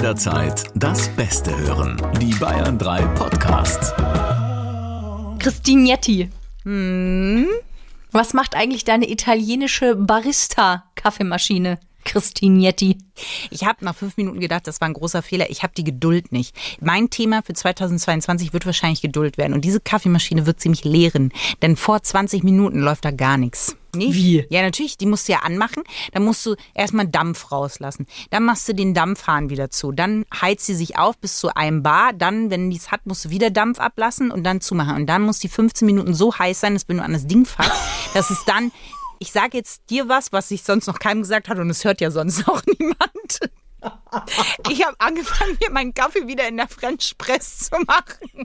jederzeit das Beste hören. Die Bayern 3 Podcasts. Christinetti. Was macht eigentlich deine italienische Barista-Kaffeemaschine, Christinetti? Ich habe nach 5 Minuten gedacht, das war ein großer Fehler. Ich habe die Geduld nicht. Mein Thema für 2022 wird wahrscheinlich Geduld werden. Und diese Kaffeemaschine wird sie mich leeren. Denn vor 20 Minuten läuft da gar nichts. Nee. Wie? Ja, natürlich, die musst du ja anmachen. Dann musst du erstmal Dampf rauslassen. Dann machst du den Dampfhahn wieder zu. Dann heizt sie sich auf bis zu einem Bar. Dann, wenn die es hat, musst du wieder Dampf ablassen und dann zumachen. Und dann muss die 15 Minuten so heiß sein, dass wenn du an das Ding fasst, dass es dann... Ich sage jetzt dir was ich sonst noch keinem gesagt habe und es hört ja sonst auch niemand. Ich habe angefangen, mir meinen Kaffee wieder in der French Press zu machen.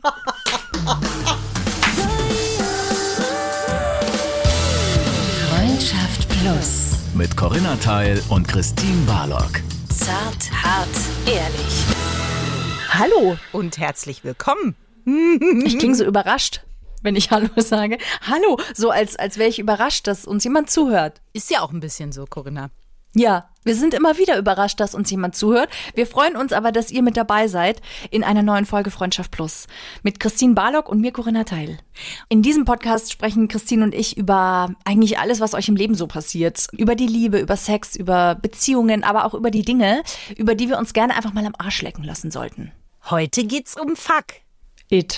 Freundschaft Plus. Mit Corinna Teil und Christine Barlock. Zart, hart, ehrlich. Hallo. Und herzlich willkommen. Ich klinge so überrascht, wenn ich Hallo sage. Hallo, so als wäre ich überrascht, dass uns jemand zuhört. Ist ja auch ein bisschen so, Corinna. Ja, wir sind immer wieder überrascht, dass uns jemand zuhört. Wir freuen uns aber, dass ihr mit dabei seid in einer neuen Folge Freundschaft Plus mit Christine Barlock und mir, Corinna Teil. In diesem Podcast sprechen Christine und ich über eigentlich alles, was euch im Leben so passiert. Über die Liebe, über Sex, über Beziehungen, aber auch über die Dinge, über die wir uns gerne einfach mal am Arsch lecken lassen sollten. Heute geht's um Fuck. It.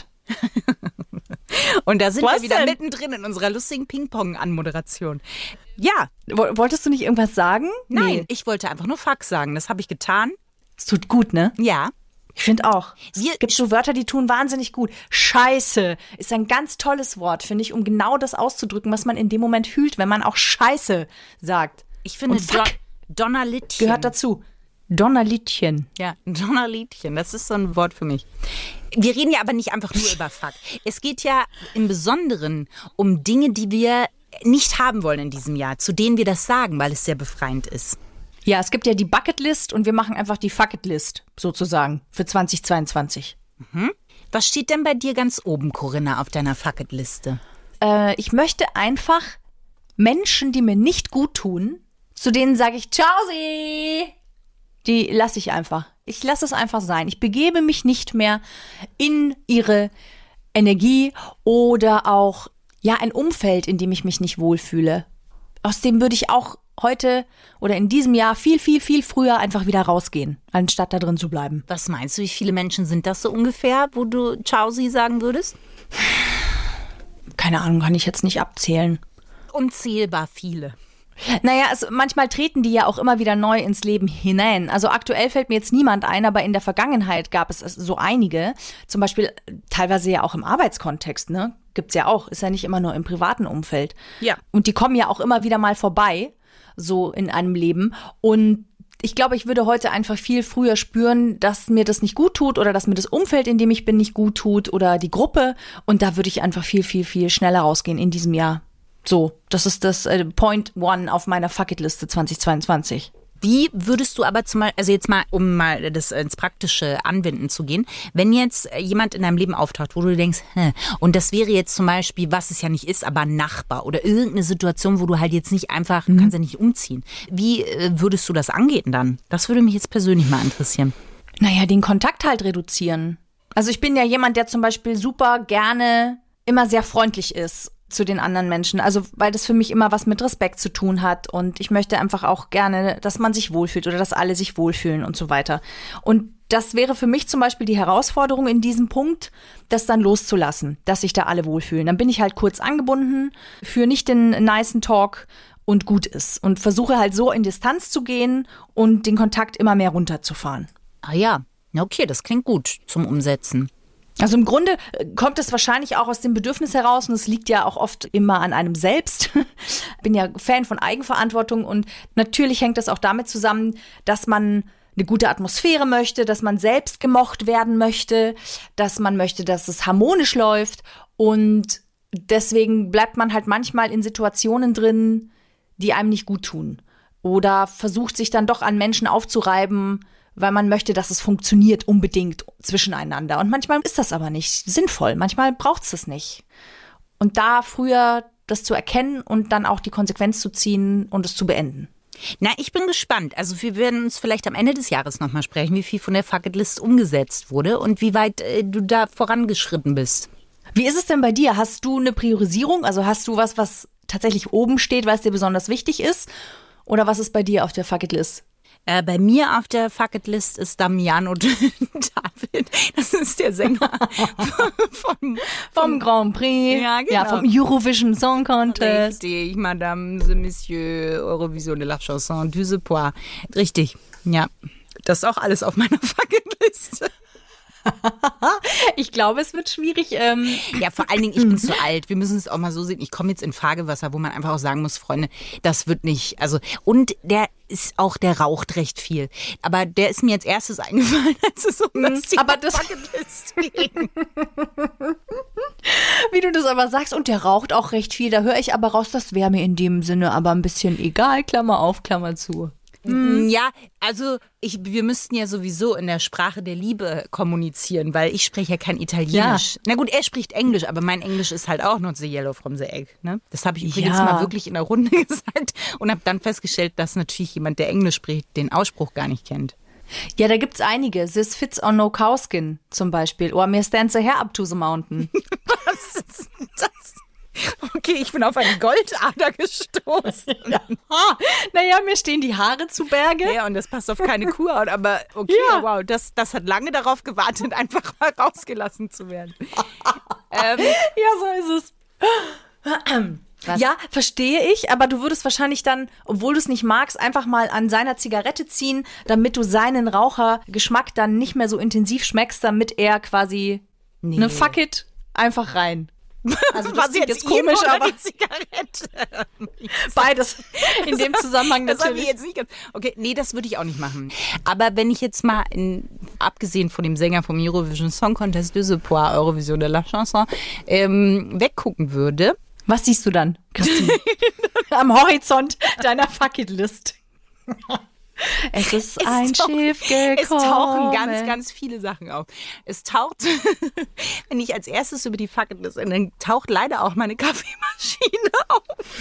Und da sind Was wir wieder denn? mittendrin in unserer lustigen Ping-Pong-Anmoderation. Ja. Wolltest du nicht irgendwas sagen? Nein, Nee. ich wollte einfach nur Fuck sagen. Das habe ich getan. Es tut gut, ne? Ja. Ich finde auch. Wir- Es gibt so Wörter, die tun wahnsinnig gut. Scheiße ist ein ganz tolles Wort, finde ich, um genau das auszudrücken, was man in dem Moment fühlt, wenn man auch Scheiße sagt. Ich finde Und Fuck Donnerlittchen. gehört dazu. Donnerliedchen. Ja, ein Donnerliedchen, das ist so ein Wort für mich. Wir reden ja aber nicht einfach nur über Fuck. Es geht ja im Besonderen um Dinge, die wir nicht haben wollen in diesem Jahr, zu denen wir das sagen, weil es sehr befreiend ist. Ja, es gibt ja die Bucketlist und wir machen einfach die Fucketlist sozusagen für 2022. Was steht denn bei dir ganz oben, Corinna, auf deiner Fuck-It-Liste? Ich möchte einfach Menschen, die mir nicht gut tun, zu denen sage ich Ciao Sie. Die lasse ich einfach. Ich lasse es einfach sein. Ich begebe mich nicht mehr in ihre Energie oder auch ein Umfeld, in dem ich mich nicht wohlfühle. Aus dem würde ich auch heute oder in diesem Jahr viel, viel, viel früher einfach wieder rausgehen, anstatt da drin zu bleiben. Was meinst du, wie viele Menschen sind das so ungefähr, wo du Ciao Sie sagen würdest? Keine Ahnung, kann ich jetzt nicht abzählen. Unzählbar viele. Naja, manchmal treten die ja auch immer wieder neu ins Leben hinein. Also aktuell fällt mir jetzt niemand ein, aber in der Vergangenheit gab es so einige. Zum Beispiel teilweise ja auch im Arbeitskontext, ne? Gibt's ja auch, ist ja nicht immer nur im privaten Umfeld. Ja. Und die kommen ja auch immer wieder mal vorbei, so in einem Leben. Und ich glaube, ich würde heute einfach viel früher spüren, dass mir das nicht gut tut oder dass mir das Umfeld, in dem ich bin, nicht gut tut oder die Gruppe. Und da würde ich einfach viel, viel, viel schneller rausgehen in diesem Jahr. So, das ist das Point One auf meiner Fuck-It-Liste 2022. Wie würdest du aber also jetzt mal, um mal das ins praktische Anwenden zu gehen, wenn jetzt jemand in deinem Leben auftaucht, wo du denkst, und das wäre jetzt zum Beispiel, was es ja nicht ist, aber ein Nachbar oder irgendeine Situation, wo du halt jetzt nicht einfach, du kannst ja nicht umziehen. Wie würdest du das angehen dann? Das würde mich jetzt persönlich mal interessieren. Naja, den Kontakt halt reduzieren. Also ich bin ja jemand, der zum Beispiel super gerne immer sehr freundlich ist zu den anderen Menschen. Also weil das für mich immer was mit Respekt zu tun hat und ich möchte einfach auch gerne, dass man sich wohlfühlt oder dass alle sich wohlfühlen und so weiter. Und das wäre für mich zum Beispiel die Herausforderung in diesem Punkt, das dann loszulassen, dass sich da alle wohlfühlen. Dann bin ich halt kurz angebunden, führe nicht den nicen Talk und gut ist und versuche halt so in Distanz zu gehen und den Kontakt immer mehr runterzufahren. Ah ja, okay, das klingt gut zum Umsetzen. Also im Grunde kommt es wahrscheinlich auch aus dem Bedürfnis heraus und es liegt ja auch oft immer an einem selbst. Bin ja Fan von Eigenverantwortung und natürlich hängt das auch damit zusammen, dass man eine gute Atmosphäre möchte, dass man selbst gemocht werden möchte, dass man möchte, dass es harmonisch läuft und deswegen bleibt man halt manchmal in Situationen drin, die einem nicht gut tun oder versucht sich dann doch an Menschen aufzureiben, weil man möchte, dass es funktioniert unbedingt zwischeneinander. Und manchmal ist das aber nicht sinnvoll. Manchmal braucht es das nicht. Und da früher das zu erkennen und dann auch die Konsequenz zu ziehen und es zu beenden. Na, ich bin gespannt. Also wir werden uns vielleicht am Ende des Jahres nochmal sprechen, wie viel von der Fuck-It-List umgesetzt wurde und wie weit du da vorangeschritten bist. Wie ist es denn bei dir? Hast du eine Priorisierung? Also hast du was tatsächlich oben steht, weil es dir besonders wichtig ist? Oder was ist bei dir auf der Fuck-It-List? Bei mir auf der Fuck-It-List ist Damiano David. Das ist der Sänger vom Grand Prix, ja, genau. Ja, vom Eurovision Song Contest. Richtig, Madame, Monsieur, Eurovision de la Chanson, du sais pas. Richtig, ja. Das ist auch alles auf meiner Fuck-It-List. Ich glaube, es wird schwierig. Ja, vor allen Dingen, ich bin zu alt. Wir müssen es auch mal so sehen. Ich komme jetzt in Fahrgewasser, wo man einfach auch sagen muss, Freunde, das wird nicht. Also, und der raucht recht viel. Aber der ist mir als erstes eingefallen, als es um das Thema Bucketlist ging. Wie du das aber sagst, und der raucht auch recht viel. Da höre ich aber raus, das wäre mir in dem Sinne aber ein bisschen egal. Klammer auf, Klammer zu. Ja, also wir müssten ja sowieso in der Sprache der Liebe kommunizieren, weil ich spreche ja kein Italienisch. Ja. Na gut, er spricht Englisch, aber mein Englisch ist halt auch not the yellow from the egg. Ne? Das habe ich übrigens mal wirklich in der Runde gesagt und habe dann festgestellt, dass natürlich jemand, der Englisch spricht, den Ausspruch gar nicht kennt. Ja, da gibt's einige. This fits on no cowskin zum Beispiel. Or mir stands a hair up to the mountain. Was ist das? Okay, ich bin auf eine Goldader gestoßen. Naja, mir stehen die Haare zu Berge. Ja, und das passt auf keine Kuhhaut. Aber okay, ja. Wow, das hat lange darauf gewartet, einfach mal rausgelassen zu werden. Ja, so ist es. Ja, verstehe ich, aber du würdest wahrscheinlich dann, obwohl du es nicht magst, einfach mal an seiner Zigarette ziehen, damit du seinen Rauchergeschmack dann nicht mehr so intensiv schmeckst, damit er quasi eine Fuck it einfach rein. Also das klingt jetzt komisch, aber die Zigarette. Beides in dem Zusammenhang natürlich. Das habe ich jetzt nicht ganz. Okay, nee, das würde ich auch nicht machen. Aber wenn ich jetzt mal, abgesehen von dem Sänger vom Eurovision Song Contest, de ce Pois, Eurovision de la Chanson, weggucken würde. Was siehst du dann, Christine? Am Horizont deiner Fuck-It-List. Es ist ein Schiff gekommen. Es tauchen ganz, ganz viele Sachen auf. Es taucht, wenn ich als erstes über die Fuck-It-List, dann taucht leider auch meine Kaffeemaschine auf.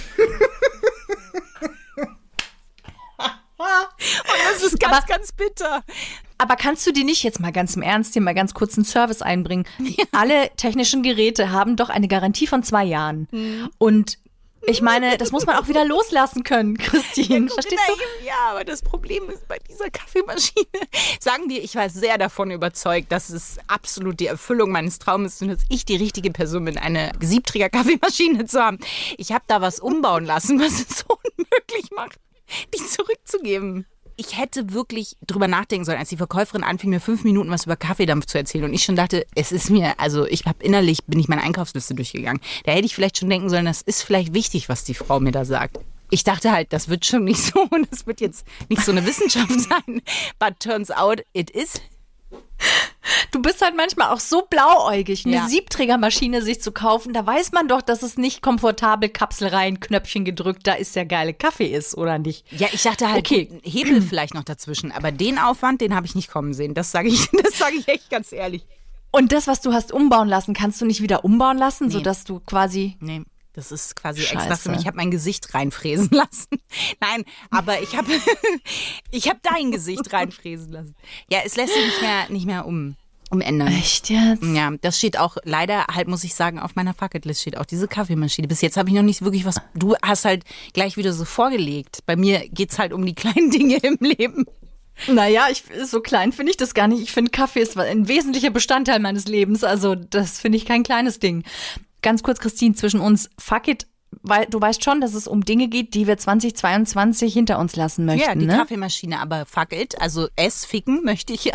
Und das ist ganz, ganz bitter. Aber kannst du die nicht, jetzt mal ganz im Ernst, hier mal ganz kurz einen Service einbringen? Ja. Alle technischen Geräte haben doch eine Garantie von 2 Jahren. Und ich meine, das muss man auch wieder loslassen können, Christine. Verstehst du? Ja, aber das Problem ist bei dieser Kaffeemaschine, sagen wir, ich war sehr davon überzeugt, dass es absolut die Erfüllung meines Traumes ist und dass ich die richtige Person bin, eine Siebträger-Kaffeemaschine zu haben. Ich habe da was umbauen lassen, was es unmöglich macht, die zurückzugeben. Ich hätte wirklich drüber nachdenken sollen, als die Verkäuferin anfing, mir 5 Minuten was über Kaffeedampf zu erzählen. Und ich schon dachte, es ist mir, also bin ich meine Einkaufsliste durchgegangen. Da hätte ich vielleicht schon denken sollen, das ist vielleicht wichtig, was die Frau mir da sagt. Ich dachte halt, das wird schon nicht so und das wird jetzt nicht so eine Wissenschaft sein. But turns out, it is. Du bist halt manchmal auch so blauäugig, eine Siebträgermaschine sich zu kaufen. Da weiß man doch, dass es nicht komfortabel Kapsel rein, Knöpfchen gedrückt, da ist der geile Kaffee ist, oder nicht? Ja, ich dachte halt, okay, Hebel vielleicht noch dazwischen. Aber den Aufwand, den habe ich nicht kommen sehen. Das sage ich echt ganz ehrlich. Und das, was du hast umbauen lassen, kannst du nicht wieder umbauen lassen, sodass du quasi... Nee. Das ist quasi extra für mich. Ich habe mein Gesicht reinfräsen lassen. Nein, aber ich habe dein Gesicht reinfräsen lassen. Ja, es lässt sich nicht mehr umändern. Echt jetzt? Ja, das steht auch leider halt, muss ich sagen, auf meiner Fuck-It-List steht auch diese Kaffeemaschine. Bis jetzt habe ich noch nicht wirklich was. Du hast halt gleich wieder so vorgelegt. Bei mir geht's halt um die kleinen Dinge im Leben. Naja, so klein finde ich das gar nicht. Ich finde, Kaffee ist ein wesentlicher Bestandteil meines Lebens. Also das finde ich kein kleines Ding. Ganz kurz, Christine, zwischen uns, fuck it, weil du weißt schon, dass es um Dinge geht, die wir 2022 hinter uns lassen möchten. Ja, die ne? Kaffeemaschine, aber fuck it, also ficken möchte ich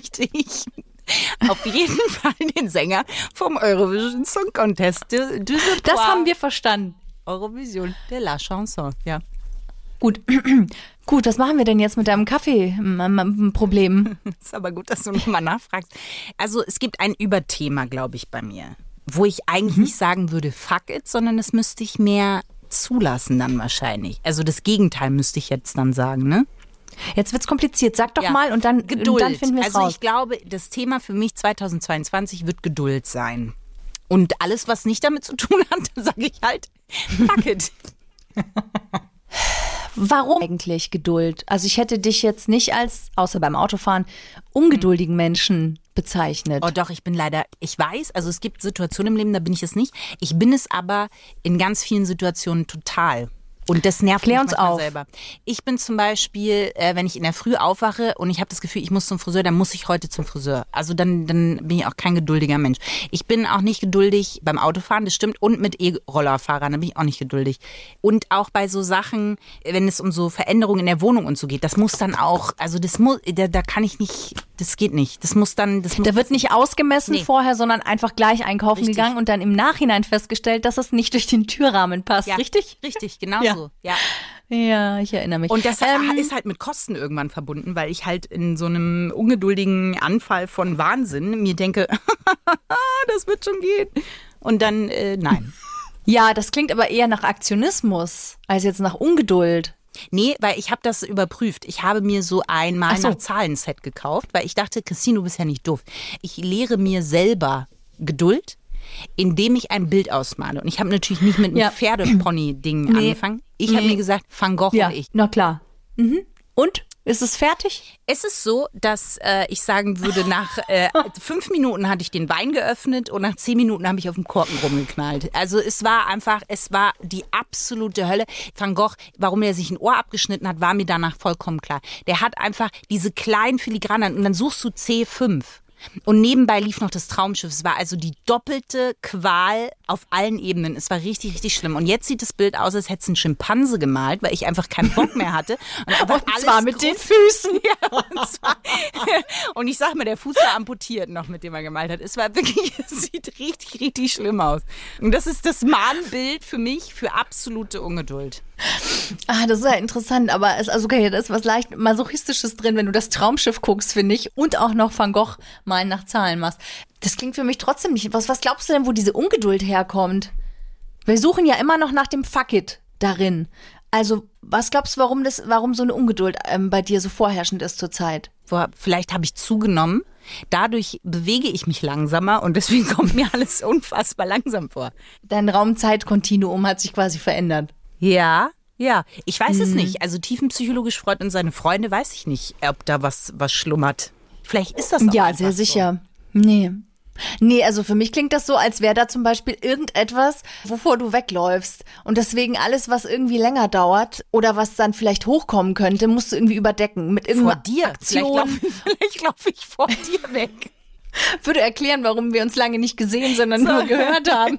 auf jeden Fall den Sänger vom Eurovision Song Contest. Das haben wir verstanden. Eurovision de la Chanson, ja. Gut, was machen wir denn jetzt mit deinem Kaffee-Problem? Ist aber gut, dass du nochmal nachfragst. Also es gibt ein Überthema, glaube ich, bei mir. Wo ich eigentlich nicht sagen würde, fuck it, sondern das müsste ich mehr zulassen dann wahrscheinlich. Also das Gegenteil müsste ich jetzt dann sagen, ne? Jetzt wird's kompliziert. Sag doch mal und dann, Geduld. Dann finden wir es raus. Also ich glaube, das Thema für mich 2022 wird Geduld sein. Und alles, was nicht damit zu tun hat, sage ich halt, fuck it. Warum eigentlich Geduld? Also ich hätte dich jetzt nicht als, außer beim Autofahren, ungeduldigen Menschen bezeichnet. Oh doch, ich weiß, also es gibt Situationen im Leben, da bin ich es nicht. Ich bin es aber in ganz vielen Situationen total. Und das nervt mich manchmal selber. Ich bin zum Beispiel, wenn ich in der Früh aufwache und ich habe das Gefühl, ich muss zum Friseur, dann muss ich heute zum Friseur. Also dann bin ich auch kein geduldiger Mensch. Ich bin auch nicht geduldig beim Autofahren, das stimmt. Und mit E-Rollerfahrern, da bin ich auch nicht geduldig. Und auch bei so Sachen, wenn es um so Veränderungen in der Wohnung und so geht, das muss dann auch, also das muss, da kann ich nicht, das geht nicht. Da wird nicht ausgemessen vorher, sondern einfach gleich einkaufen gegangen und dann im Nachhinein festgestellt, dass es nicht durch den Türrahmen passt, richtig? Richtig, genau ja. so. Ja. Ja, ich erinnere mich. Und das ist halt mit Kosten irgendwann verbunden, weil ich halt in so einem ungeduldigen Anfall von Wahnsinn mir denke, das wird schon gehen. Und dann, nein. Ja, das klingt aber eher nach Aktionismus als jetzt nach Ungeduld. Nee, weil ich habe das überprüft. Ich habe mir so ein Mal-nach-Zahlen-Set gekauft, weil ich dachte, Christine, du bist ja nicht doof. Ich lehre mir selber Geduld, indem ich ein Bild ausmale. Und ich habe natürlich nicht mit einem Pferdepony-Ding angefangen. Ich habe mir gesagt, Van Gogh und ich. Na klar. Mhm. Und? Ist es fertig? Es ist so, dass ich sagen würde, nach 5 Minuten hatte ich den Wein geöffnet und nach 10 Minuten habe ich auf dem Korken rumgeknallt. Also es war die absolute Hölle. Van Gogh, warum er sich ein Ohr abgeschnitten hat, war mir danach vollkommen klar. Der hat einfach diese kleinen Filigranen und dann suchst du C5. Und nebenbei lief noch das Traumschiff. Es war also die doppelte Qual auf allen Ebenen. Es war richtig, richtig schlimm. Und jetzt sieht das Bild aus, als hätte es ein Schimpanse gemalt, weil ich einfach keinen Bock mehr hatte. Und zwar mit den Füßen. Ja, und ich sag mal, der Fuß war amputiert noch, mit dem er gemalt hat. Es war wirklich, es sieht richtig, richtig schlimm aus. Und das ist das Mahnbild für mich für absolute Ungeduld. Das ist ja interessant, aber da ist was leicht Masochistisches drin, wenn du das Traumschiff guckst, finde ich, und auch noch Van Gogh mal nach Zahlen machst. Das klingt für mich trotzdem nicht. Was glaubst du denn, wo diese Ungeduld herkommt? Wir suchen ja immer noch nach dem Fuck it darin. Also, was glaubst du, warum so eine Ungeduld bei dir so vorherrschend ist zurzeit? Vielleicht habe ich zugenommen. Dadurch bewege ich mich langsamer und deswegen kommt mir alles unfassbar langsam vor. Dein Raum-Zeit-Kontinuum hat sich quasi verändert. Ja. Ich weiß es nicht. Also tiefenpsychologisch Freud und seine Freunde, weiß ich nicht, ob da was schlummert. Vielleicht ist das auch ja, sehr sicher. So. Nee, also für mich klingt das so, als wäre da zum Beispiel irgendetwas, wovor du wegläufst. Und deswegen alles, was irgendwie länger dauert oder was dann vielleicht hochkommen könnte, musst du irgendwie überdecken. Mit irgendeiner Aktion. Vielleicht laufe ich vor dir weg. Würde erklären, warum wir uns lange nicht gesehen, sondern nur gehört haben.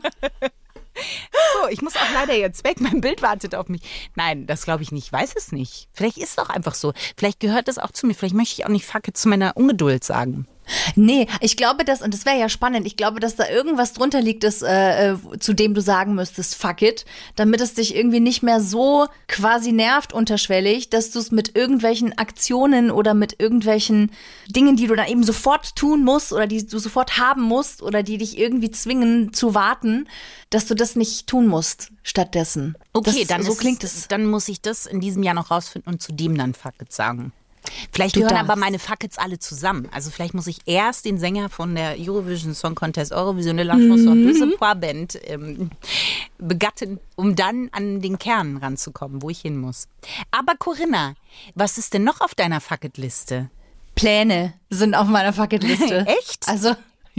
So, ich muss auch leider jetzt weg. Mein Bild wartet auf mich. Nein, das glaube ich nicht. Ich weiß es nicht. Vielleicht ist es auch einfach so. Vielleicht gehört das auch zu mir. Vielleicht möchte ich auch nicht Fuck it zu meiner Ungeduld sagen. Nee, ich glaube, und das wäre ja spannend, ich glaube, dass da irgendwas drunter liegt, zu dem du sagen müsstest, fuck it, damit es dich irgendwie nicht mehr so quasi nervt unterschwellig, dass du es mit irgendwelchen Aktionen oder mit irgendwelchen Dingen, die du dann eben sofort tun musst oder die du sofort haben musst oder die dich irgendwie zwingen zu warten, dass du das nicht tun musst stattdessen. Okay, so klingt es. Dann muss ich das in diesem Jahr noch rausfinden und zu dem dann fuck it sagen. Vielleicht gehören aber meine Fuck-Its alle zusammen. Also vielleicht muss ich erst den Sänger von der Eurovision Song Contest, Eurovision de la Chanson de ce Poix Band begatten, um dann an den Kern ranzukommen, wo ich hin muss. Aber Corinna, was ist denn noch auf deiner Fuck-It-Liste? Pläne sind auf meiner Fuck-It-Liste. Echt? Also,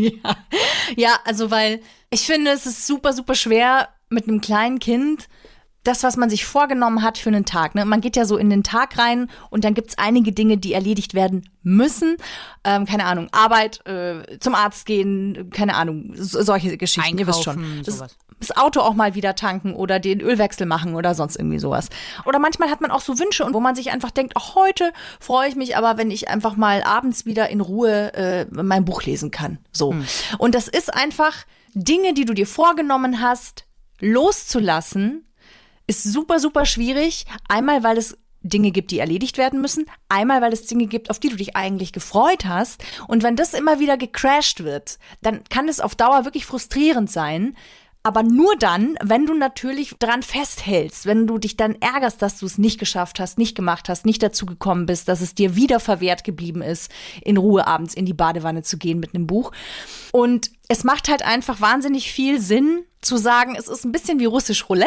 ja, also weil ich finde, es ist super, super schwer mit einem kleinen Kind das, was man sich vorgenommen hat für einen Tag. Ne? Man geht ja so in den Tag rein und dann gibt's einige Dinge, die erledigt werden müssen. Keine Ahnung, Arbeit, zum Arzt gehen, keine Ahnung, solche Geschichten. Einkaufen, ihr wisst schon. Sowas. Das Auto auch mal wieder tanken oder den Ölwechsel machen oder sonst irgendwie sowas. Oder manchmal hat man auch so Wünsche, wo man sich einfach denkt, ach, heute freue ich mich aber, wenn ich einfach mal abends wieder in Ruhe mein Buch lesen kann. So. Und das ist einfach Dinge, die du dir vorgenommen hast, loszulassen, ist super, super schwierig. Einmal, weil es Dinge gibt, die erledigt werden müssen. Einmal, weil es Dinge gibt, auf die du dich eigentlich gefreut hast. Und wenn das immer wieder gecrashed wird, dann kann es auf Dauer wirklich frustrierend sein. Aber nur dann, wenn du natürlich dran festhältst, wenn du dich dann ärgerst, dass du es nicht geschafft hast, nicht gemacht hast, nicht dazu gekommen bist, dass es dir wieder verwehrt geblieben ist, in Ruhe abends in die Badewanne zu gehen mit einem Buch. Und es macht halt einfach wahnsinnig viel Sinn zu sagen, es ist ein bisschen wie russisch Roulette.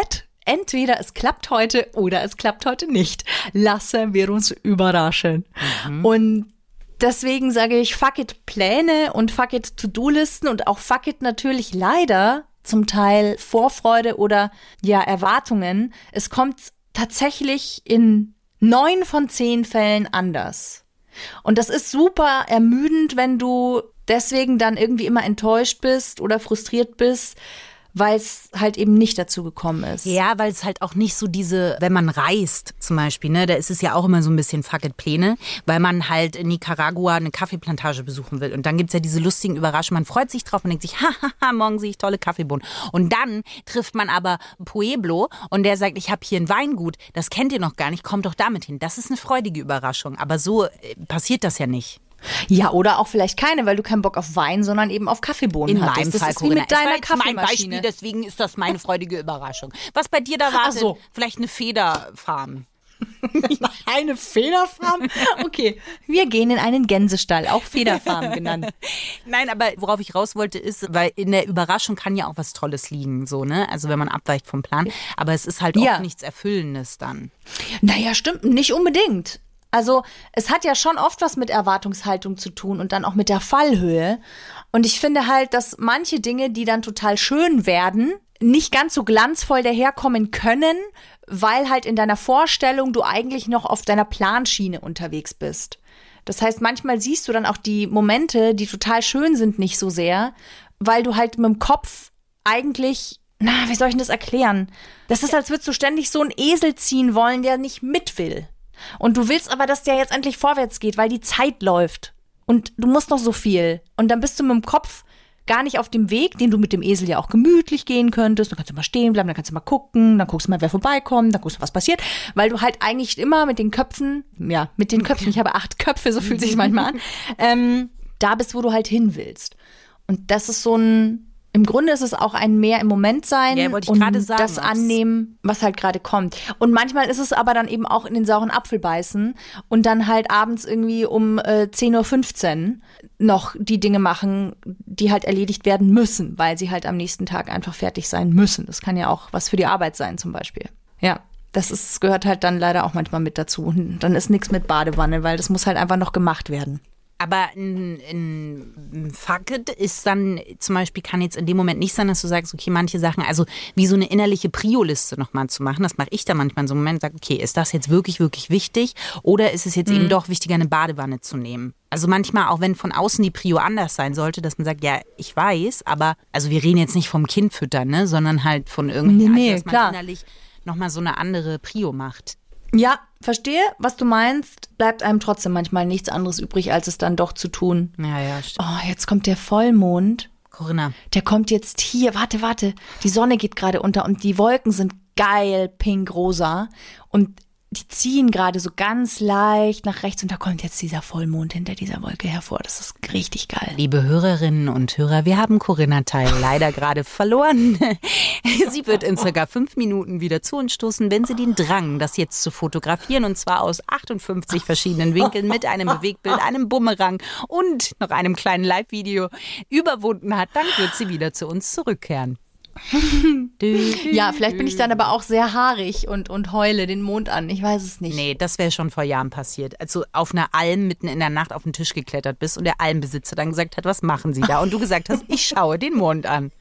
entweder es klappt heute oder es klappt heute nicht. Lassen wir uns überraschen. Und deswegen sage ich, fuck it Pläne und fuck it To-Do-Listen und auch fuck it natürlich leider zum Teil Vorfreude oder ja Erwartungen. Es kommt tatsächlich in 9 von 10 Fällen anders. Und das ist super ermüdend, wenn du deswegen dann irgendwie immer enttäuscht bist oder frustriert bist, weil es halt eben nicht dazu gekommen ist. Ja, weil es halt auch nicht so wenn man reist zum Beispiel, ne, da ist es ja auch immer so ein bisschen Fuck-it-Pläne, weil man halt in Nicaragua eine Kaffeeplantage besuchen will. Und dann gibt's ja diese lustigen Überraschungen. Man freut sich drauf und denkt sich, hahaha, morgen sehe ich tolle Kaffeebohnen. Und dann trifft man aber Pueblo und der sagt, ich habe hier ein Weingut, das kennt ihr noch gar nicht, kommt doch damit hin. Das ist eine freudige Überraschung. Aber so passiert das ja nicht. Ja, oder auch vielleicht keine, weil du keinen Bock auf Wein, sondern eben auf Kaffeebohnen In hattest. meinem Das Fall, ist wie mit deiner mein Kaffeemaschine. Beispiel, deswegen ist das meine freudige Überraschung. Was bei dir da wartet, Ach so. vielleicht eine Federfarm. Eine Federfarm? Okay, wir gehen in einen Gänsestall, auch Federfarm genannt. Nein, aber worauf ich raus wollte ist, weil in der Überraschung kann ja auch was Tolles liegen, so, ne? Also wenn man abweicht vom Plan. Aber es ist halt auch nichts Erfüllendes dann. Naja, stimmt, nicht unbedingt. Also es hat ja schon oft was mit Erwartungshaltung zu tun und dann auch mit der Fallhöhe. Und ich finde halt, dass manche Dinge, die dann total schön werden, nicht ganz so glanzvoll daherkommen können, weil halt in deiner Vorstellung du eigentlich noch auf deiner Planschiene unterwegs bist. Das heißt, manchmal siehst du dann auch die Momente, die total schön sind, nicht so sehr, weil du halt mit dem Kopf eigentlich, wie soll ich denn das erklären? Das ist, als würdest du ständig so einen Esel ziehen wollen, der nicht mit will. Und du willst aber, dass der jetzt endlich vorwärts geht, weil die Zeit läuft. Und du musst noch so viel. Und dann bist du mit dem Kopf gar nicht auf dem Weg, den du mit dem Esel ja auch gemütlich gehen könntest. Dann kannst du mal stehen bleiben, dann kannst du mal gucken, dann guckst du mal, wer vorbeikommt, dann guckst du, was passiert. Weil du halt eigentlich immer mit den Köpfen, ich habe 8 Köpfe, so fühlt sich manchmal an, da bist, wo du halt hin willst. Und das ist so im Grunde ist es auch ein mehr im Moment sein wollte ich und gerade sagen, das annehmen, was halt gerade kommt. Und manchmal ist es aber dann eben auch in den sauren Apfel beißen und dann halt abends irgendwie um 10:15 Uhr noch die Dinge machen, die halt erledigt werden müssen, weil sie halt am nächsten Tag einfach fertig sein müssen. Das kann ja auch was für die Arbeit sein zum Beispiel. Ja, gehört halt dann leider auch manchmal mit dazu. Und dann ist nichts mit Badewanne, weil das muss halt einfach noch gemacht werden. Aber ein Fuck it ist dann zum Beispiel, kann jetzt in dem Moment nicht sein, dass du sagst, okay, manche Sachen, also wie so eine innerliche Prio-Liste nochmal zu machen, das mache ich da manchmal in so einem Moment, sage, okay, ist das jetzt wirklich, wirklich wichtig oder ist es jetzt eben doch wichtiger, eine Badewanne zu nehmen? Also manchmal, auch wenn von außen die Prio anders sein sollte, dass man sagt, ja, ich weiß, aber, also wir reden jetzt nicht vom Kind füttern, ne, sondern halt von irgendwie, dass man innerlich nochmal so eine andere Prio macht. Ja, verstehe, was du meinst. Bleibt einem trotzdem manchmal nichts anderes übrig, als es dann doch zu tun. Ja, stimmt. Oh, jetzt kommt der Vollmond. Corinna. Der kommt jetzt hier. Warte. Die Sonne geht gerade unter und die Wolken sind geil pink-rosa. Und die ziehen gerade so ganz leicht nach rechts und da kommt jetzt dieser Vollmond hinter dieser Wolke hervor. Das ist richtig geil. Liebe Hörerinnen und Hörer, wir haben Corinna Teil leider gerade verloren. Sie wird in circa 5 Minuten wieder zu uns stoßen, wenn sie den Drang, das jetzt zu fotografieren, und zwar aus 58 verschiedenen Winkeln mit einem Bewegtbild, einem Bumerang und noch einem kleinen Live-Video überwunden hat. Dann wird sie wieder zu uns zurückkehren. Ja, vielleicht bin ich dann aber auch sehr haarig und heule den Mond an. Ich weiß es nicht. Nee, das wäre schon vor Jahren passiert. Als du auf einer Alm mitten in der Nacht auf den Tisch geklettert bist und der Almbesitzer dann gesagt hat, was machen Sie da? Und du gesagt hast, ich schaue den Mond an.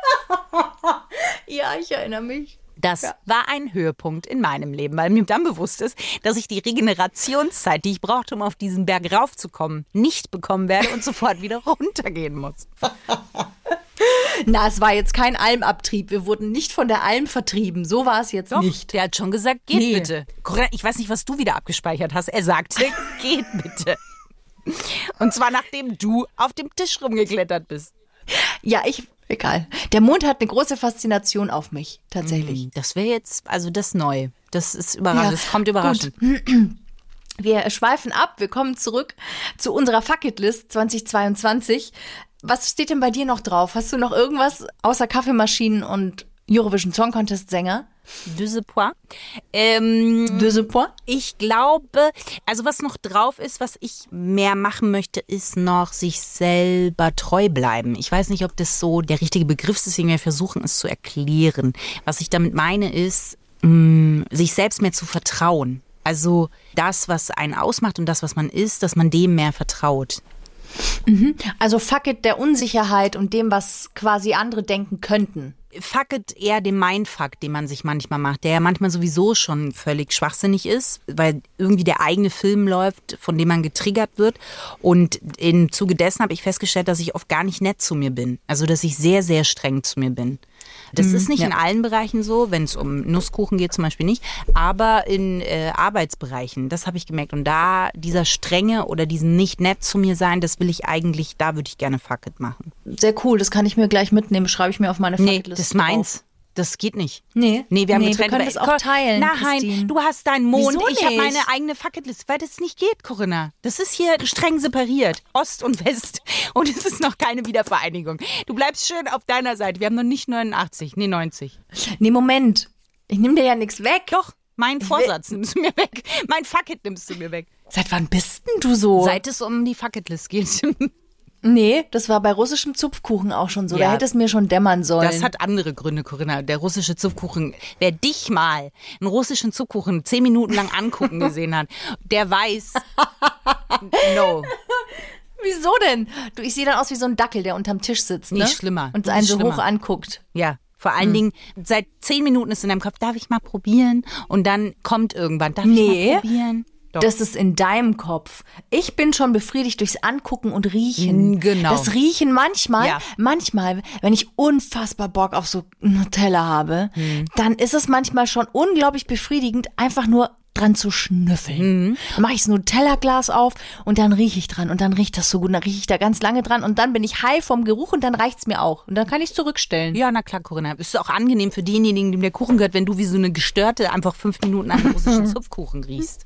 Ja, ich erinnere mich. Das war ein Höhepunkt in meinem Leben, weil mir dann bewusst ist, dass ich die Regenerationszeit, die ich brauchte, um auf diesen Berg raufzukommen, nicht bekommen werde und sofort wieder runtergehen muss. Na, es war jetzt kein Almabtrieb. Wir wurden nicht von der Alm vertrieben. So war es jetzt nicht. Der hat schon gesagt, geht bitte. Corinna, ich weiß nicht, was du wieder abgespeichert hast. Er sagte, geht bitte. Und zwar nachdem du auf dem Tisch rumgeklettert bist. Ja, egal. Der Mond hat eine große Faszination auf mich, tatsächlich. Das wäre jetzt, also das neu. Das ist überraschend. Das kommt überraschend. Gut. Wir schweifen ab. Wir kommen zurück zu unserer Fuck-It-List 2022. Was steht denn bei dir noch drauf? Hast du noch irgendwas außer Kaffeemaschinen und Eurovision Song Contest Sänger? De ce point. Ich glaube, also was noch drauf ist, was ich mehr machen möchte, ist noch sich selber treu bleiben. Ich weiß nicht, ob das so der richtige Begriff ist, deswegen wir versuchen es zu erklären. Was ich damit meine ist, sich selbst mehr zu vertrauen. Also das, was einen ausmacht und das, was man ist, dass man dem mehr vertraut. Also fuck it der Unsicherheit und dem, was quasi andere denken könnten. Fuck it eher dem Mindfuck, den man sich manchmal macht, der ja manchmal sowieso schon völlig schwachsinnig ist, weil irgendwie der eigene Film läuft, von dem man getriggert wird. Und im Zuge dessen habe ich festgestellt, dass ich oft gar nicht nett zu mir bin. Also dass ich sehr, sehr streng zu mir bin. Das ist nicht in allen Bereichen so, wenn es um Nusskuchen geht zum Beispiel nicht, aber in Arbeitsbereichen, das habe ich gemerkt. Und da dieser Strenge oder diesen nicht nett zu mir sein, das will ich eigentlich, da würde ich gerne Fuck it machen. Sehr cool, das kann ich mir gleich mitnehmen, schreibe ich mir auf meine Fuck-it-Liste. Das ist meins. Das geht nicht. Nee, wir haben getrennt. Wir können das auch teilen, Nein, Christine. du hast deinen Mond, Wieso ich habe nicht? meine eigene Fucketliste, weil das nicht geht, Corinna. Das ist hier streng separiert, Ost und West. Und es ist noch keine Wiedervereinigung. Du bleibst schön auf deiner Seite. Wir haben noch nicht 90. Nee, Moment. Ich nehme dir ja nichts weg. Doch, meinen Vorsatz nimmst du mir weg. Mein Fuck-it nimmst du mir weg. Seit wann bist denn du so? Seit es um die Fucketlist geht. Nee, das war bei russischem Zupfkuchen auch schon so. Ja. Da hätte es mir schon dämmern sollen. Das hat andere Gründe, Corinna. Der russische Zupfkuchen. Wer dich mal einen russischen Zupfkuchen 10 Minuten lang angucken gesehen hat, der weiß, no. Wieso denn? Du, ich sehe dann aus wie so ein Dackel, der unterm Tisch sitzt, ne? Nicht schlimmer. Und Nicht einen so schlimmer. hoch anguckt. Ja, vor allen Dingen, seit 10 Minuten ist in deinem Kopf, darf ich mal probieren? Und dann kommt irgendwann, darf ich mal probieren? Doch. Das ist in deinem Kopf. Ich bin schon befriedigt durchs Angucken und Riechen. Genau. Das Riechen manchmal, Ja. wenn ich unfassbar Bock auf so Nutella habe, dann ist es manchmal schon unglaublich befriedigend, einfach nur dran zu schnüffeln. Dann mache ich das Nutella-Glas auf und dann rieche ich dran und dann riecht das so gut. Dann rieche ich da ganz lange dran und dann bin ich high vom Geruch und dann reicht's mir auch. Und dann kann ich es zurückstellen. Ja, na klar, Corinna. Ist auch angenehm für denjenigen, dem der Kuchen gehört, wenn du wie so eine Gestörte einfach 5 Minuten an einem russischen Zupfkuchen riechst.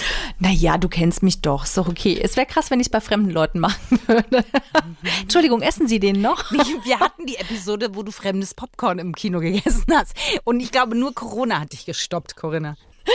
Naja, du kennst mich doch. Ist doch okay. Es wäre krass, wenn ich es bei fremden Leuten machen würde. Entschuldigung, essen Sie den noch? Wir hatten die Episode, wo du fremdes Popcorn im Kino gegessen hast. Und ich glaube, nur Corona hat dich gestoppt, Corinna.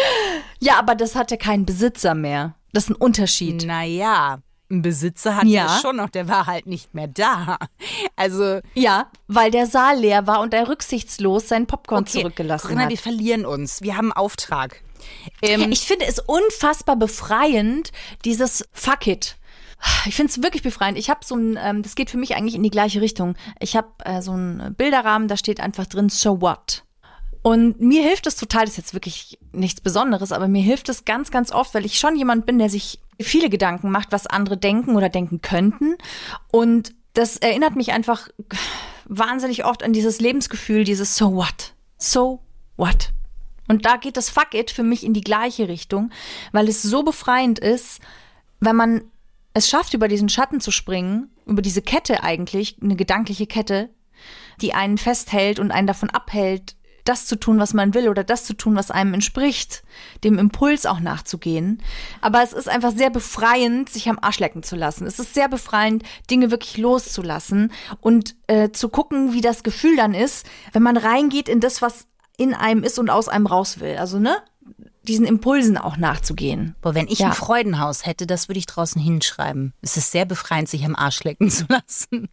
Ja, aber das hatte keinen Besitzer mehr. Das ist ein Unterschied. Naja, ein Besitzer hatte Ja. es schon noch, der war halt nicht mehr da. Also, Ja, weil der Saal leer war und er rücksichtslos seinen Popcorn zurückgelassen Corinna, hat. wir verlieren uns. Wir haben einen Auftrag. Ich finde es unfassbar befreiend, dieses Fuck it. Ich finde es wirklich befreiend. Ich habe so ein, das geht für mich eigentlich in die gleiche Richtung. Ich habe so einen Bilderrahmen, da steht einfach drin, so what? Und mir hilft es total, das ist jetzt wirklich nichts Besonderes, aber mir hilft es ganz, ganz oft, weil ich schon jemand bin, der sich viele Gedanken macht, was andere denken oder denken könnten. Und das erinnert mich einfach wahnsinnig oft an dieses Lebensgefühl, dieses so what? So what? Und da geht das Fuck it für mich in die gleiche Richtung, weil es so befreiend ist, wenn man es schafft, über diesen Schatten zu springen, über diese Kette eigentlich, eine gedankliche Kette, die einen festhält und einen davon abhält, das zu tun, was man will oder das zu tun, was einem entspricht, dem Impuls auch nachzugehen. Aber es ist einfach sehr befreiend, sich am Arsch lecken zu lassen. Es ist sehr befreiend, Dinge wirklich loszulassen und zu gucken, wie das Gefühl dann ist, wenn man reingeht in das, was in einem ist und aus einem raus will. Also, ne? Diesen Impulsen auch nachzugehen. Boah, wenn ich ein Freudenhaus hätte, das würde ich draußen hinschreiben. Es ist sehr befreiend, sich am Arsch lecken zu lassen.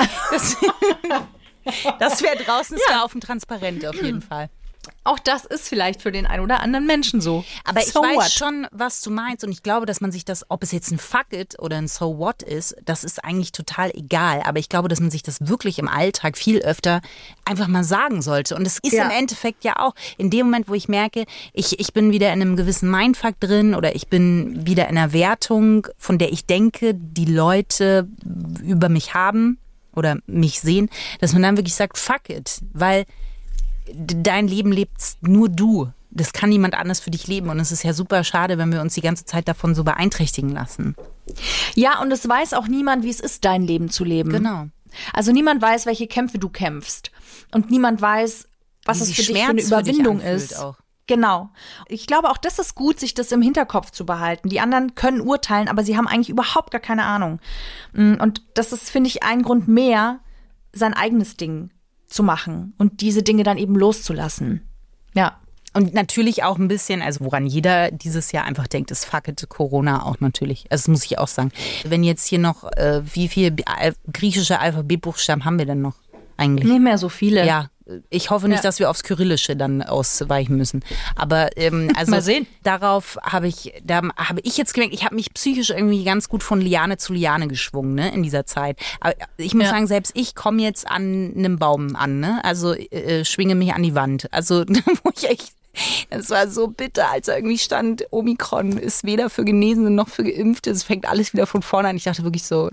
Das wäre draußen, es wäre auf dem Transparent auf jeden Fall. Auch das ist vielleicht für den einen oder anderen Menschen so. Aber ich So weiß what? schon, was du meinst und ich glaube, dass man sich das, ob es jetzt ein Fuck it oder ein So what ist, das ist eigentlich total egal. Aber ich glaube, dass man sich das wirklich im Alltag viel öfter einfach mal sagen sollte. Und es ist im Endeffekt ja auch in dem Moment, wo ich merke, ich bin wieder in einem gewissen Mindfuck drin oder ich bin wieder in einer Wertung, von der ich denke, die Leute über mich haben oder mich sehen, dass man dann wirklich sagt, fuck it, weil dein Leben lebst nur du. Das kann niemand anders für dich leben. Und es ist ja super schade, wenn wir uns die ganze Zeit davon so beeinträchtigen lassen. Ja, und es weiß auch niemand, wie es ist, dein Leben zu leben. Genau. Also niemand weiß, welche Kämpfe du kämpfst. Und niemand weiß, was Wie es sich für dich für Schmerz eine für dich Überwindung anfühlt ist. auch. Genau. Ich glaube, auch das ist gut, sich das im Hinterkopf zu behalten. Die anderen können urteilen, aber sie haben eigentlich überhaupt gar keine Ahnung. Und das ist, finde ich, ein Grund mehr, sein eigenes Ding zu machen und diese Dinge dann eben loszulassen. Ja. Und natürlich auch ein bisschen, also woran jeder dieses Jahr einfach denkt, ist fuck it, Corona auch natürlich. Also das muss ich auch sagen. Wenn jetzt hier noch, wie viel griechische Alphabetbuchstaben haben wir denn noch eigentlich? Nicht mehr so viele. Ja, ich hoffe nicht, dass wir aufs Kyrillische dann ausweichen müssen. Aber also mal sehen. Darauf habe ich jetzt gemerkt, ich habe mich psychisch irgendwie ganz gut von Liane zu Liane geschwungen, ne, in dieser Zeit. Aber ich muss sagen, selbst ich komme jetzt an einem Baum an, ne? Also schwinge mich an die Wand. Also wo ich echt, das war so bitter, als irgendwie stand, Omikron ist weder für Genesene noch für Geimpfte. Es fängt alles wieder von vorne an. Ich dachte wirklich so,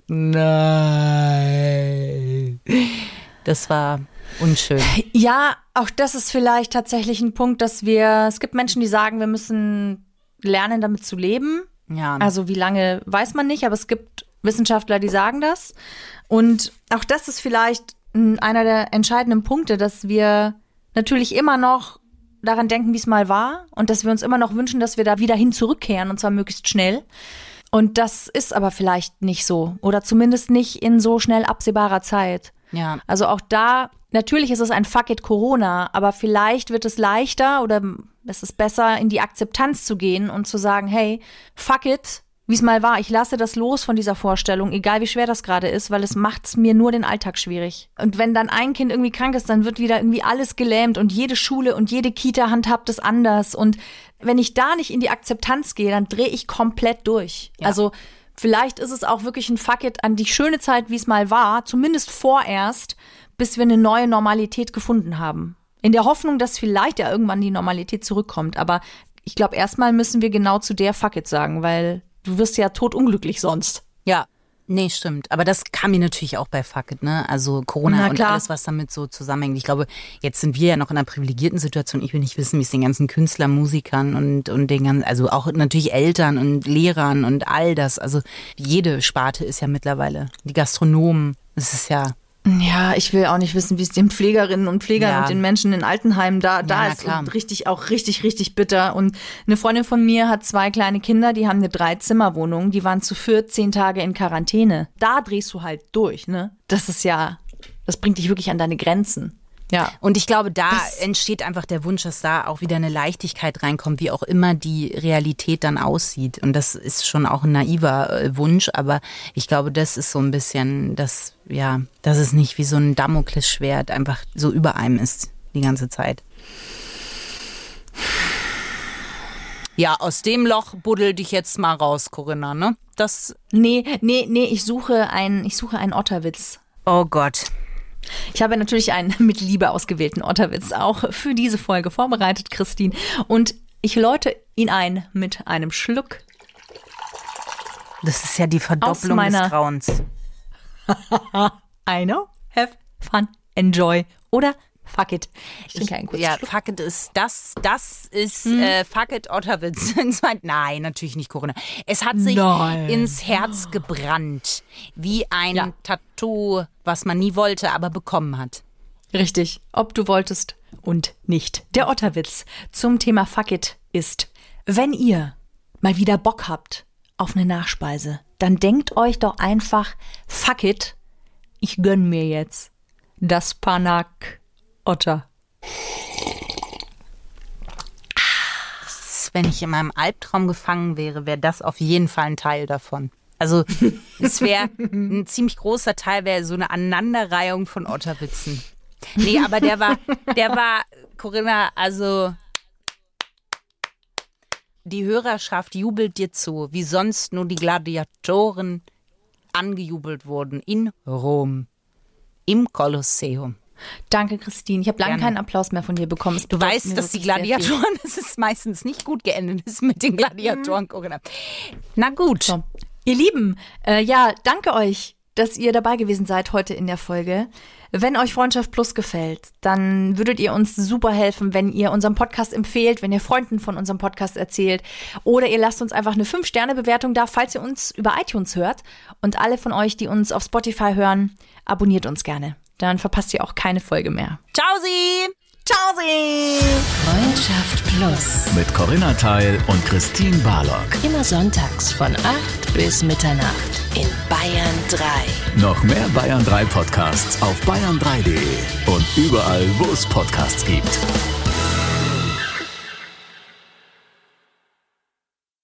nein. Das war unschön. Ja, auch das ist vielleicht tatsächlich ein Punkt, es gibt Menschen, die sagen, wir müssen lernen, damit zu leben. Ja. Also wie lange, weiß man nicht, aber es gibt Wissenschaftler, die sagen das. Und auch das ist vielleicht einer der entscheidenden Punkte, dass wir natürlich immer noch daran denken, wie es mal war und dass wir uns immer noch wünschen, dass wir da wieder hin zurückkehren und zwar möglichst schnell. Und das ist aber vielleicht nicht so oder zumindest nicht in so schnell absehbarer Zeit. Ja. Also auch da, natürlich ist es ein Fuck it Corona, aber vielleicht wird es leichter oder es ist besser, in die Akzeptanz zu gehen und zu sagen, hey, fuck it, wie es mal war. Ich lasse das los von dieser Vorstellung, egal wie schwer das gerade ist, weil es macht mir nur den Alltag schwierig. Und wenn dann ein Kind irgendwie krank ist, dann wird wieder irgendwie alles gelähmt und jede Schule und jede Kita handhabt es anders. Und wenn ich da nicht in die Akzeptanz gehe, dann drehe ich komplett durch. Ja. Also vielleicht ist es auch wirklich ein Fuck it an die schöne Zeit, wie es mal war, zumindest vorerst, bis wir eine neue Normalität gefunden haben. In der Hoffnung, dass vielleicht ja irgendwann die Normalität zurückkommt. Aber ich glaube, erstmal müssen wir genau zu der Fuck it sagen, weil du wirst ja totunglücklich sonst. Ja, nee, stimmt. Aber das kam mir natürlich auch bei Fuck it, ne? Also Corona und alles, was damit so zusammenhängt. Ich glaube, jetzt sind wir ja noch in einer privilegierten Situation. Ich will nicht wissen, wie es den ganzen Künstlern, Musikern und den ganzen, also auch natürlich Eltern und Lehrern und all das. Also jede Sparte ist ja mittlerweile, die Gastronomen, es ist ja... Ja, ich will auch nicht wissen, wie es den Pflegerinnen und Pflegern und den Menschen in Altenheimen da ist richtig bitter. Und eine Freundin von mir hat 2 kleine Kinder, die haben eine 3-Zimmer-Wohnung, die waren zu 10 Tage in Quarantäne. Da drehst du halt durch, ne? Das bringt dich wirklich an deine Grenzen. Ja. Und ich glaube, da entsteht einfach der Wunsch, dass da auch wieder eine Leichtigkeit reinkommt, wie auch immer die Realität dann aussieht. Und das ist schon auch ein naiver Wunsch, aber ich glaube, das ist so ein bisschen, dass es nicht wie so ein Damoklesschwert einfach so über einem ist die ganze Zeit. Ja, aus dem Loch buddel dich jetzt mal raus, Corinna, ne? Nee, ich suche einen Otterwitz. Oh Gott. Ich habe natürlich einen mit Liebe ausgewählten Otterwitz auch für diese Folge vorbereitet, Christine. Und ich läute ihn ein mit einem Schluck. Das ist ja die Verdopplung des Grauens. I know, have fun, enjoy oder fuck it. Ich trinke einen kurzen Schluck. Fuck it ist das ist Fuck it Otterwitz. Nein, natürlich nicht, Corinna. Es hat sich ins Herz gebrannt, wie ein Tattoo, was man nie wollte, aber bekommen hat. Richtig, ob du wolltest und nicht. Der Otterwitz zum Thema Fuck it ist: Wenn ihr mal wieder Bock habt auf eine Nachspeise, dann denkt euch doch einfach, fuck it, ich gönn mir jetzt das Panak Otter. Wenn ich in meinem Albtraum gefangen wäre das auf jeden Fall ein Teil davon. Also es wäre ein ziemlich großer Teil, wäre so eine Aneinanderreihung von Otterwitzen. Nee, aber der war, Corinna, also die Hörerschaft jubelt dir zu, wie sonst nur die Gladiatoren angejubelt wurden in Rom, im Kolosseum. Danke, Christine. Ich habe lange keinen Applaus mehr von dir bekommen. Du weißt, dass die Gladiatoren, das ist meistens nicht gut geendet ist mit den Gladiatoren, Corinna. Na gut. So. Ihr Lieben, danke euch, dass ihr dabei gewesen seid heute in der Folge. Wenn euch Freundschaft Plus gefällt, dann würdet ihr uns super helfen, wenn ihr unseren Podcast empfehlt, wenn ihr Freunden von unserem Podcast erzählt oder ihr lasst uns einfach eine 5-Sterne-Bewertung da, falls ihr uns über iTunes hört. Und alle von euch, die uns auf Spotify hören, abonniert uns gerne. Dann verpasst ihr auch keine Folge mehr. Ciao-si! Ciao-si! Freundschaft Plus. Mit Corinna Teil und Christine Barlock. Immer sonntags von 8 bis Mitternacht in Bayern 3. Noch mehr Bayern 3 Podcasts auf bayern3.de und überall, wo es Podcasts gibt.